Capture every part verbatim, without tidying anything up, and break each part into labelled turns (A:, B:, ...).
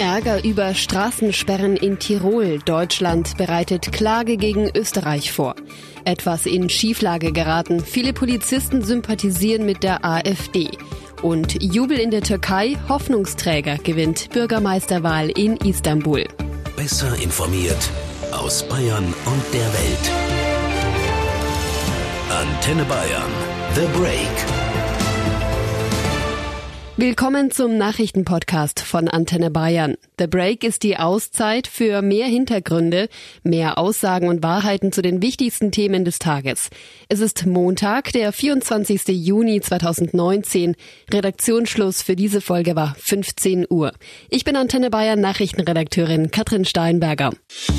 A: Ärger über Straßensperren in Tirol. Deutschland bereitet Klage gegen Österreich vor. Etwas in Schieflage geraten. Viele Polizisten sympathisieren mit der AfD. Und Jubel in der Türkei. Hoffnungsträger gewinnt Bürgermeisterwahl in Istanbul.
B: Besser informiert aus Bayern und der Welt. Antenne Bayern. The Break.
A: Willkommen zum Nachrichtenpodcast von Antenne Bayern. The Break ist die Auszeit für mehr Hintergründe, mehr Aussagen und Wahrheiten zu den wichtigsten Themen des Tages. Es ist Montag, der vierundzwanzigsten Juni zweitausendneunzehn. Redaktionsschluss für diese Folge war fünfzehn Uhr. Ich bin Antenne Bayern Nachrichtenredakteurin Katrin Steinberger.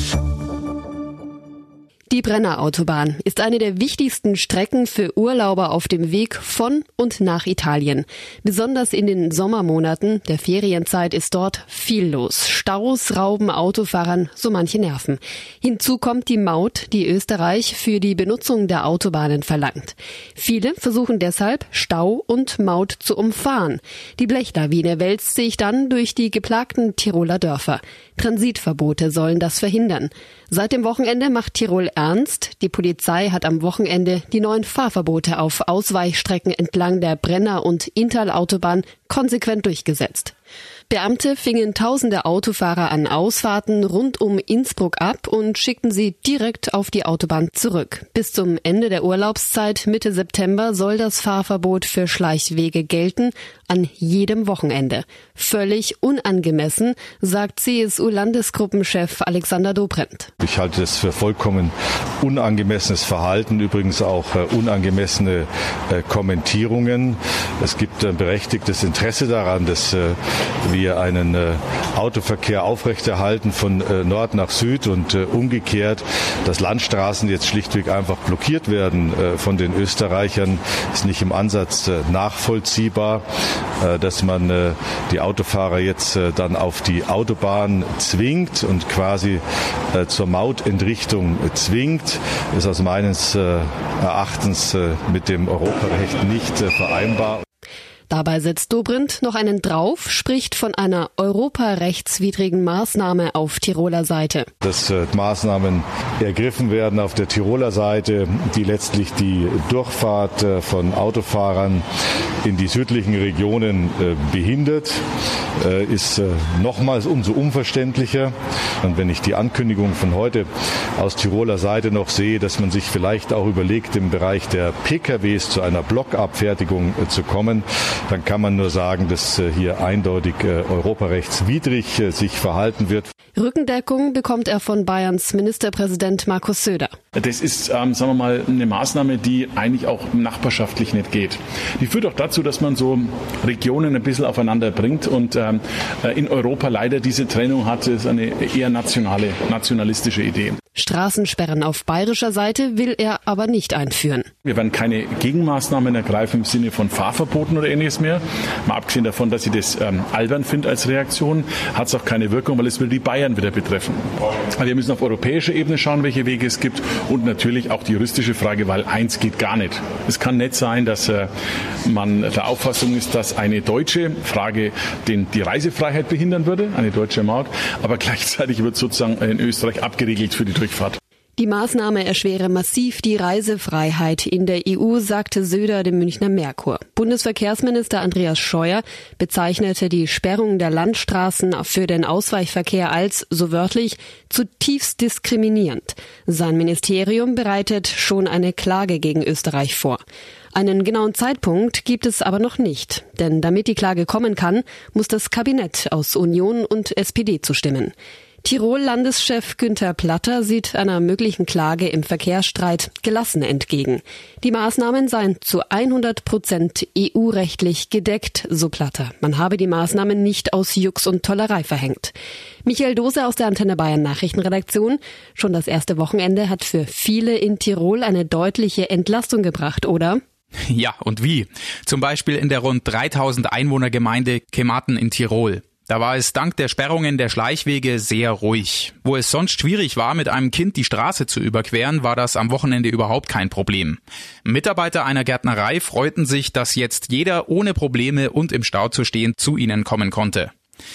A: Die Brenner-Autobahn ist eine der wichtigsten Strecken für Urlauber auf dem Weg von und nach Italien. Besonders in den Sommermonaten der Ferienzeit ist dort viel los. Staus rauben Autofahrern so manche Nerven. Hinzu kommt die Maut, die Österreich für die Benutzung der Autobahnen verlangt. Viele versuchen deshalb, Stau und Maut zu umfahren. Die Blechlawine wälzt sich dann durch die geplagten Tiroler Dörfer. Transitverbote sollen das verhindern. Seit dem Wochenende macht Tirol ernst. Die Polizei hat am Wochenende die neuen Fahrverbote auf Ausweichstrecken entlang der Brenner- und Inntal-Autobahn konsequent durchgesetzt. Beamte fingen tausende Autofahrer an Ausfahrten rund um Innsbruck ab und schickten sie direkt auf die Autobahn zurück. Bis zum Ende der Urlaubszeit Mitte September soll das Fahrverbot für Schleichwege gelten, an jedem Wochenende. Völlig unangemessen, sagt C S U-Landesgruppenchef Alexander Dobrindt.
C: Ich halte das für vollkommen unangemessenes Verhalten, übrigens auch äh, unangemessene äh, Kommentierungen. Es gibt ein berechtigtes Interesse daran, dass äh, wir einen äh, Autoverkehr aufrechterhalten von äh, Nord nach Süd und äh, umgekehrt, dass Landstraßen jetzt schlichtweg einfach blockiert werden äh, von den Österreichern, ist nicht im Ansatz äh, nachvollziehbar. Dass man äh, die Autofahrer jetzt äh, dann auf die Autobahn zwingt und quasi äh, zur Mautentrichtung äh, zwingt, ist aus meines äh, Erachtens äh, mit dem Europarecht nicht äh, vereinbar.
A: Dabei setzt Dobrindt noch einen drauf, spricht von einer europarechtswidrigen Maßnahme auf Tiroler Seite.
C: Dass äh, Maßnahmen ergriffen werden auf der Tiroler Seite, die letztlich die Durchfahrt äh, von Autofahrern in die südlichen Regionen äh, behindert, äh, ist äh, nochmals umso unverständlicher. Und wenn ich die Ankündigung von heute aus Tiroler Seite noch sehe, dass man sich vielleicht auch überlegt, im Bereich der P K Ws zu einer Blockabfertigung äh, zu kommen, dann kann man nur sagen, dass hier eindeutig äh, europarechtswidrig äh, sich verhalten wird.
A: Rückendeckung bekommt er von Bayerns Ministerpräsident Markus Söder.
D: Das ist, ähm, sagen wir mal, eine Maßnahme, die eigentlich auch nachbarschaftlich nicht geht. Die führt auch dazu, dass man so Regionen ein bisschen aufeinander bringt und ähm, in Europa leider diese Trennung hat. Das ist eine eher nationale, nationalistische Idee.
A: Straßensperren auf bayerischer Seite will er aber nicht einführen.
D: Wir werden keine Gegenmaßnahmen ergreifen im Sinne von Fahrverboten oder ähnliches mehr. Mal abgesehen davon, dass ich das ähm, albern finde als Reaktion, hat es auch keine Wirkung, weil es will die Bayern wieder betreffen. Aber wir müssen auf europäischer Ebene schauen, welche Wege es gibt und natürlich auch die juristische Frage, weil eins geht gar nicht. Es kann nicht sein, dass äh, man der Auffassung ist, dass eine deutsche Frage den, die Reisefreiheit behindern würde, eine deutsche Maut, aber gleichzeitig wird sozusagen in Österreich abgeregelt für die Durchfahrt.
A: Die Maßnahme erschwere massiv die Reisefreiheit in der E U, sagte Söder dem Münchner Merkur. Bundesverkehrsminister Andreas Scheuer bezeichnete die Sperrung der Landstraßen für den Ausweichverkehr als, so wörtlich, zutiefst diskriminierend. Sein Ministerium bereitet schon eine Klage gegen Österreich vor. Einen genauen Zeitpunkt gibt es aber noch nicht, denn damit die Klage kommen kann, muss das Kabinett aus Union und S P D zustimmen. Tirol-Landeschef Günther Platter sieht einer möglichen Klage im Verkehrsstreit gelassen entgegen. Die Maßnahmen seien zu hundert Prozent E U-rechtlich gedeckt, so Platter. Man habe die Maßnahmen nicht aus Jux und Tollerei verhängt. Michael Dose aus der Antenne Bayern Nachrichtenredaktion. Schon das erste Wochenende hat für viele in Tirol eine deutliche Entlastung gebracht, oder?
E: Ja, und wie? Zum Beispiel in der rund dreitausend Einwohnergemeinde Kematen in Tirol. Da war es dank der Sperrungen der Schleichwege sehr ruhig. Wo es sonst schwierig war, mit einem Kind die Straße zu überqueren, war das am Wochenende überhaupt kein Problem. Mitarbeiter einer Gärtnerei freuten sich, dass jetzt jeder ohne Probleme und im Stau zu stehen zu ihnen kommen konnte.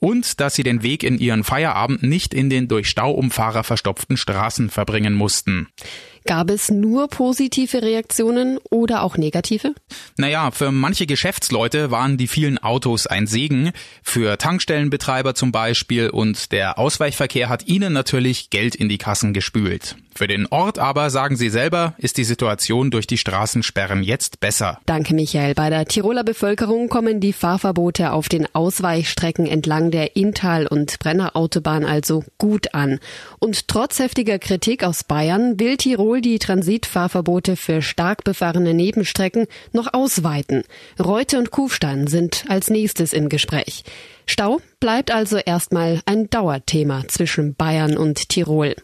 E: und dass sie den Weg in ihren Feierabend nicht in den durch Stauumfahrer verstopften Straßen verbringen mussten.
A: Gab es nur positive Reaktionen oder auch negative?
E: Naja, für manche Geschäftsleute waren die vielen Autos ein Segen, für Tankstellenbetreiber zum Beispiel, und der Ausweichverkehr hat ihnen natürlich Geld in die Kassen gespült. Für den Ort aber, sagen sie selber, ist die Situation durch die Straßensperren jetzt besser.
A: Danke, Michael. Bei der Tiroler Bevölkerung kommen die Fahrverbote auf den Ausweichstrecken entlang der Inntal- und Brennerautobahn also gut an. Und trotz heftiger Kritik aus Bayern will Tirol die Transitfahrverbote für stark befahrene Nebenstrecken noch ausweiten. Reute und Kufstein sind als nächstes im Gespräch. Stau bleibt also erstmal ein Dauerthema zwischen Bayern und Tirol.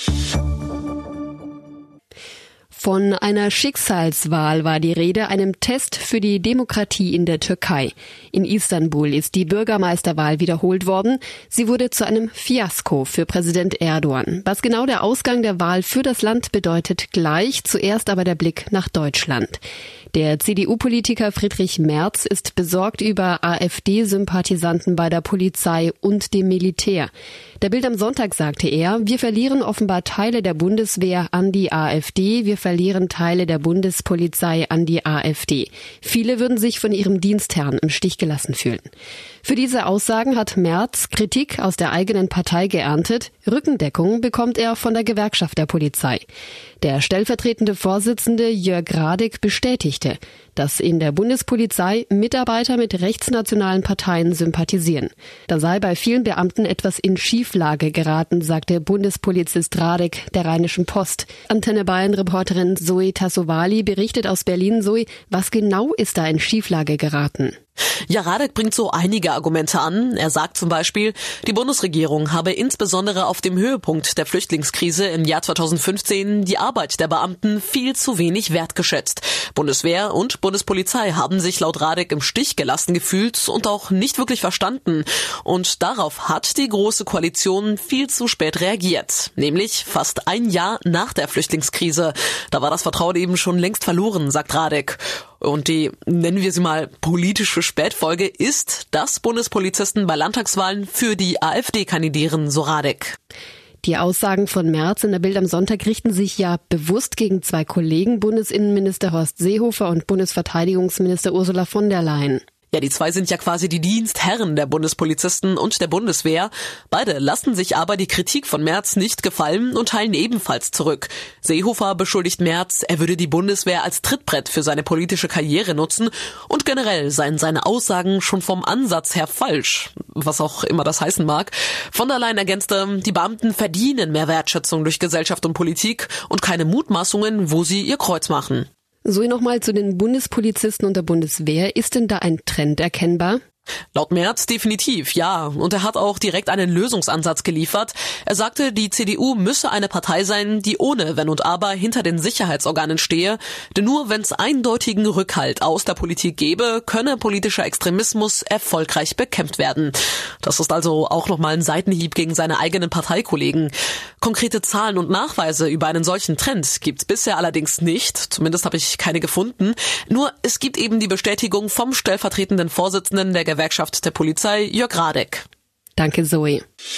A: Von einer Schicksalswahl war die Rede, einem Test für die Demokratie in der Türkei. In Istanbul ist die Bürgermeisterwahl wiederholt worden. Sie wurde zu einem Fiasko für Präsident Erdogan. Was genau der Ausgang der Wahl für das Land bedeutet, gleich. Zuerst aber der Blick nach Deutschland. Der C D U-Politiker Friedrich Merz ist besorgt über AfD-Sympathisanten bei der Polizei und dem Militär. Der Bild am Sonntag sagte er, wir verlieren offenbar Teile der Bundeswehr an die AfD, wir verlieren Teile der Bundespolizei an die AfD. Viele würden sich von ihrem Dienstherrn im Stich gelassen fühlen. Für diese Aussagen hat Merz Kritik aus der eigenen Partei geerntet. Rückendeckung bekommt er von der Gewerkschaft der Polizei. Der stellvertretende Vorsitzende Jörg Radig bestätigte, dass in der Bundespolizei Mitarbeiter mit rechtsnationalen Parteien sympathisieren. Da sei bei vielen Beamten etwas in Schieflage geraten, sagte Bundespolizist Radig der Rheinischen Post. Antenne Bayern-Reporterin Zoe Tassovali berichtet aus Berlin. Zoe, was genau ist da in Schieflage geraten?
F: Ja, Radig bringt so einige Argumente an. Er sagt zum Beispiel, die Bundesregierung habe insbesondere auf dem Höhepunkt der Flüchtlingskrise im Jahr zweitausendfünfzehn die Arbeit der Beamten viel zu wenig wertgeschätzt. Bundeswehr und Bundespolizei haben sich laut Radig im Stich gelassen gefühlt und auch nicht wirklich verstanden. Und darauf hat die Große Koalition viel zu spät reagiert. Nämlich fast ein Jahr nach der Flüchtlingskrise. Da war das Vertrauen eben schon längst verloren, sagt Radig. Und die, nennen wir sie mal, politische Spätfolge ist, dass Bundespolizisten bei Landtagswahlen für die AfD kandidieren, so Radig.
A: Die Aussagen von Merz in der Bild am Sonntag richten sich ja bewusst gegen zwei Kollegen, Bundesinnenminister Horst Seehofer und Bundesverteidigungsminister Ursula von der Leyen.
F: Ja, die zwei sind ja quasi die Dienstherren der Bundespolizisten und der Bundeswehr. Beide lassen sich aber die Kritik von Merz nicht gefallen und teilen ebenfalls zurück. Seehofer beschuldigt Merz, er würde die Bundeswehr als Trittbrett für seine politische Karriere nutzen und generell seien seine Aussagen schon vom Ansatz her falsch, was auch immer das heißen mag. Von der Leyen ergänzte, die Beamten verdienen mehr Wertschätzung durch Gesellschaft und Politik und keine Mutmaßungen, wo sie ihr Kreuz machen.
A: So, nochmal zu den Bundespolizisten und der Bundeswehr. Ist denn da ein Trend erkennbar?
F: Laut Merz definitiv, ja. Und er hat auch direkt einen Lösungsansatz geliefert. Er sagte, die C D U müsse eine Partei sein, die ohne Wenn und Aber hinter den Sicherheitsorganen stehe. Denn nur wenn es eindeutigen Rückhalt aus der Politik gäbe, könne politischer Extremismus erfolgreich bekämpft werden. Das ist also auch nochmal ein Seitenhieb gegen seine eigenen Parteikollegen. Konkrete Zahlen und Nachweise über einen solchen Trend gibt's bisher allerdings nicht. Zumindest habe ich keine gefunden. Nur es gibt eben die Bestätigung vom stellvertretenden Vorsitzenden der Gewerkschaft der Polizei, Jörg Radig.
A: Danke, Zoe.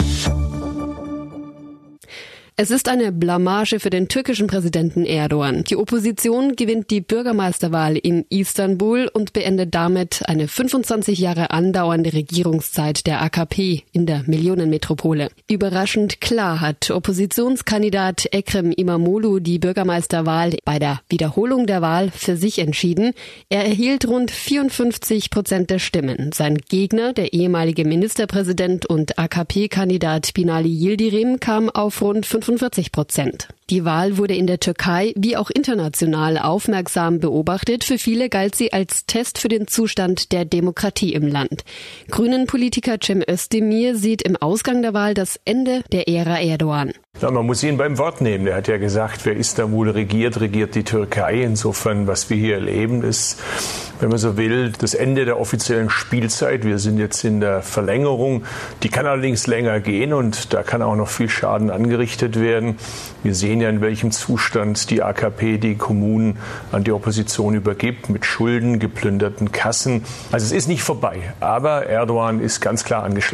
A: Es ist eine Blamage für den türkischen Präsidenten Erdogan. Die Opposition gewinnt die Bürgermeisterwahl in Istanbul und beendet damit eine fünfundzwanzig Jahre andauernde Regierungszeit der A K P in der Millionenmetropole. Überraschend klar hat Oppositionskandidat Ekrem İmamoğlu die Bürgermeisterwahl bei der Wiederholung der Wahl für sich entschieden. Er erhielt rund vierundfünfzig Prozent der Stimmen. Sein Gegner, der ehemalige Ministerpräsident und A K P-Kandidat Binali Yildirim, kam auf rund fünfundvierzig Prozent. Die Wahl wurde in der Türkei wie auch international aufmerksam beobachtet. Für viele galt sie als Test für den Zustand der Demokratie im Land. Grünen-Politiker Cem Özdemir sieht im Ausgang der Wahl das Ende der Ära Erdogan.
G: Ja, man muss ihn beim Wort nehmen. Er hat ja gesagt, wer Istanbul regiert, regiert die Türkei. Insofern, was wir hier erleben, ist, wenn man so will, das Ende der offiziellen Spielzeit. Wir sind jetzt in der Verlängerung. Die kann allerdings länger gehen und da kann auch noch viel Schaden angerichtet werden. Wir sehen ja, in welchem Zustand die A K P die Kommunen an die Opposition übergibt, mit Schulden, geplünderten Kassen. Also es ist nicht vorbei, aber Erdogan ist ganz klar angeschlagen.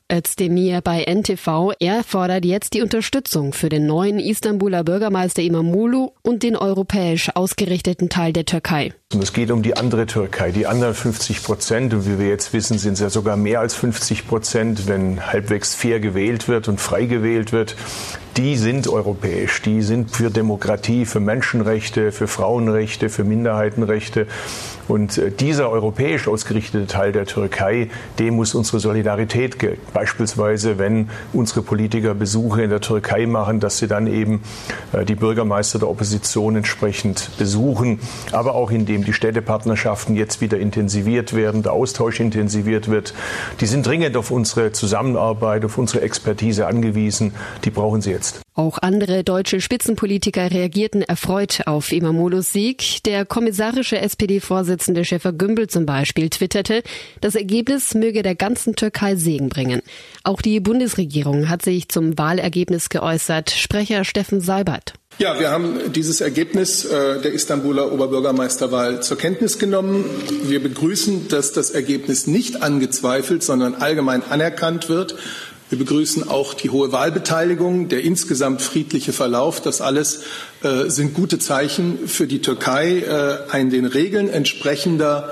A: Özdemir bei N T V. Er fordert jetzt die Unterstützung für den neuen Istanbuler Bürgermeister İmamoğlu und den europäisch ausgerichteten Teil der Türkei.
G: Und es geht um die andere Türkei, die anderen fünfzig Prozent. Und wie wir jetzt wissen, sind es ja sogar mehr als fünfzig Prozent, wenn halbwegs fair gewählt wird und frei gewählt wird. Die sind europäisch, die sind für Demokratie, für Menschenrechte, für Frauenrechte, für Minderheitenrechte. Und dieser europäisch ausgerichtete Teil der Türkei, dem muss unsere Solidarität gelten. Beispielsweise, wenn unsere Politiker Besuche in der Türkei machen, dass sie dann eben die Bürgermeister der Opposition entsprechend besuchen. Aber auch indem die Städtepartnerschaften jetzt wieder intensiviert werden, der Austausch intensiviert wird. Die sind dringend auf unsere Zusammenarbeit, auf unsere Expertise angewiesen. Die brauchen sie jetzt.
A: Auch andere deutsche Spitzenpolitiker reagierten erfreut auf İmamoğlu's Sieg. Der kommissarische S P D-Vorsitzende Schäfer Gümbel zum Beispiel twitterte, das Ergebnis möge der ganzen Türkei Segen bringen. Auch die Bundesregierung hat sich zum Wahlergebnis geäußert. Sprecher Steffen Seibert.
H: Ja, wir haben dieses Ergebnis äh, der Istanbuler Oberbürgermeisterwahl zur Kenntnis genommen. Wir begrüßen, dass das Ergebnis nicht angezweifelt, sondern allgemein anerkannt wird. Wir begrüßen auch die hohe Wahlbeteiligung, der insgesamt friedliche Verlauf. Das alles äh, sind gute Zeichen für die Türkei. Äh, ein den Regeln entsprechender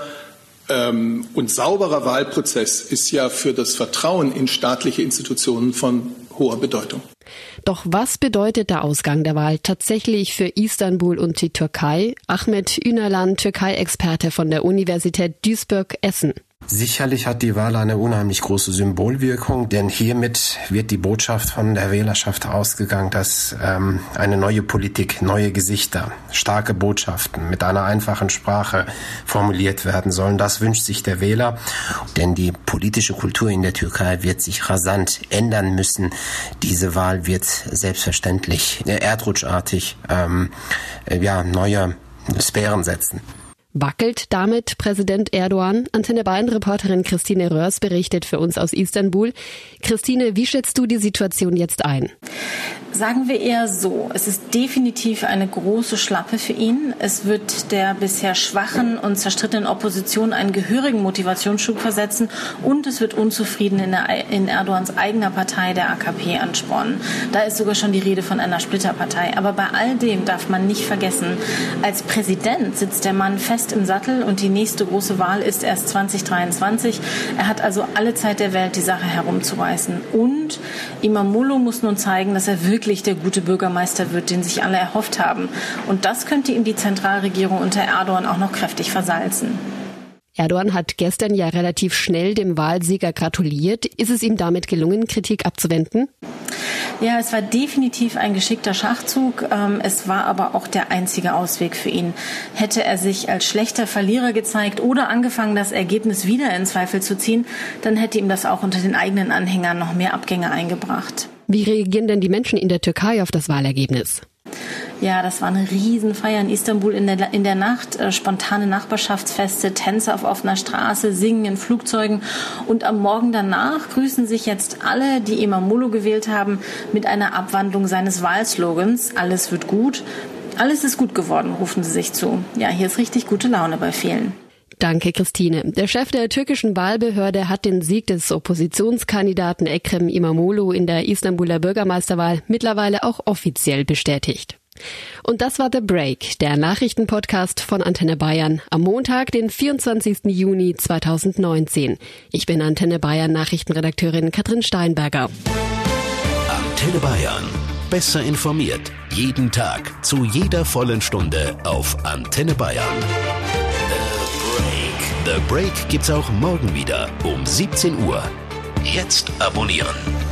H: ähm, und sauberer Wahlprozess ist ja für das Vertrauen in staatliche Institutionen von hoher Bedeutung.
A: Doch was bedeutet der Ausgang der Wahl tatsächlich für Istanbul und die Türkei? Ahmet Ünalan, Türkei-Experte von der Universität Duisburg-Essen.
I: Sicherlich hat die Wahl eine unheimlich große Symbolwirkung, denn hiermit wird die Botschaft von der Wählerschaft ausgegangen, dass ähm, eine neue Politik, neue Gesichter, starke Botschaften mit einer einfachen Sprache formuliert werden sollen. Das wünscht sich der Wähler, denn die politische Kultur in der Türkei wird sich rasant ändern müssen. Diese Wahl wird selbstverständlich äh, erdrutschartig ähm, äh, ja, neue Sphären setzen.
A: Wackelt damit Präsident Erdogan? Antenne Bayern-Reporterin Christine Röhrs berichtet für uns aus Istanbul. Christine, wie schätzt du die Situation jetzt ein?
J: Sagen wir eher so, es ist definitiv eine große Schlappe für ihn. Es wird der bisher schwachen und zerstrittenen Opposition einen gehörigen Motivationsschub versetzen und es wird Unzufriedene in, der, in Erdogans eigener Partei, der A K P, anspornen. Da ist sogar schon die Rede von einer Splitterpartei. Aber bei all dem darf man nicht vergessen, als Präsident sitzt der Mann fest im Sattel und die nächste große Wahl ist erst zwanzig dreiundzwanzig. Er hat also alle Zeit der Welt, die Sache herumzureißen. Und İmamoğlu muss nun zeigen, dass er wirklich der gute Bürgermeister wird, den sich alle erhofft haben. Und das könnte ihm die Zentralregierung unter Erdogan auch noch kräftig versalzen.
A: Erdogan hat gestern ja relativ schnell dem Wahlsieger gratuliert. Ist es ihm damit gelungen, Kritik abzuwenden?
J: Ja, es war definitiv ein geschickter Schachzug. Es war aber auch der einzige Ausweg für ihn. Hätte er sich als schlechter Verlierer gezeigt oder angefangen, das Ergebnis wieder in Zweifel zu ziehen, dann hätte ihm das auch unter den eigenen Anhängern noch mehr Abgänge eingebracht.
A: Wie reagieren denn die Menschen in der Türkei auf das Wahlergebnis?
J: Ja, das war eine Riesenfeier in Istanbul in der, in der Nacht. Äh, spontane Nachbarschaftsfeste, Tänze auf offener Straße, Singen in Flugzeugen. Und am Morgen danach grüßen sich jetzt alle, die İmamoğlu gewählt haben, mit einer Abwandlung seines Wahlslogans. Alles wird gut. Alles ist gut geworden, rufen sie sich zu. Ja, hier ist richtig gute Laune bei vielen.
A: Danke, Christine. Der Chef der türkischen Wahlbehörde hat den Sieg des Oppositionskandidaten Ekrem İmamoğlu in der Istanbuler Bürgermeisterwahl mittlerweile auch offiziell bestätigt. Und das war The Break, der Nachrichtenpodcast von Antenne Bayern am Montag, den vierundzwanzigsten Juni zweitausendneunzehn. Ich bin Antenne Bayern Nachrichtenredakteurin Katrin Steinberger.
B: Antenne Bayern. Besser informiert. Jeden Tag. Zu jeder vollen Stunde auf Antenne Bayern. The Break gibt's auch morgen wieder um siebzehn Uhr. Jetzt abonnieren.